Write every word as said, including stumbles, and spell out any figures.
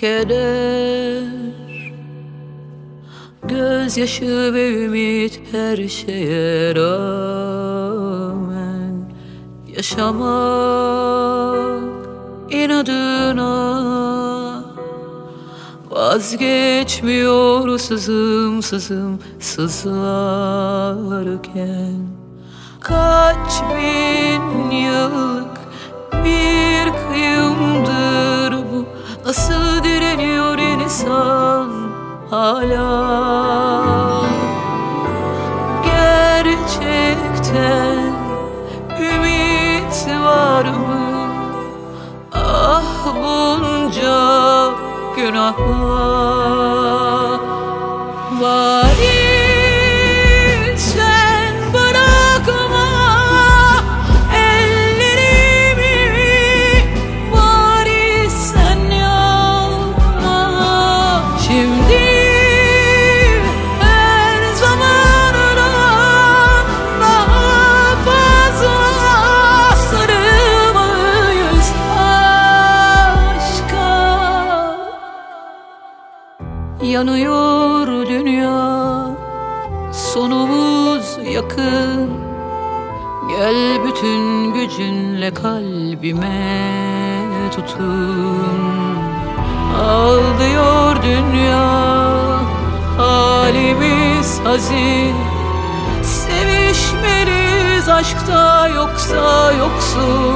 keder, gözyaşı ve ümit her şeye rağmen yaşamak inadına. Vazgeçmiyor sızım sızım sızlarken. Kaç bin yıllık bir kıyımdır bu, nasıl direniyor insan hala? Gerçekten ümit var mı? Ah bunca günahlar bari sen bırakma ellerimi, bari sen yapma şimdi her zamandan daha fazla sarılmayız aşka. Yanıyor dünya, sonumuz yakın. Gel bütün gücünle kalbime tutun. Ağlıyor dünya, halimiz hazin. Sevişmeliyiz aşkta, yoksa yoksun.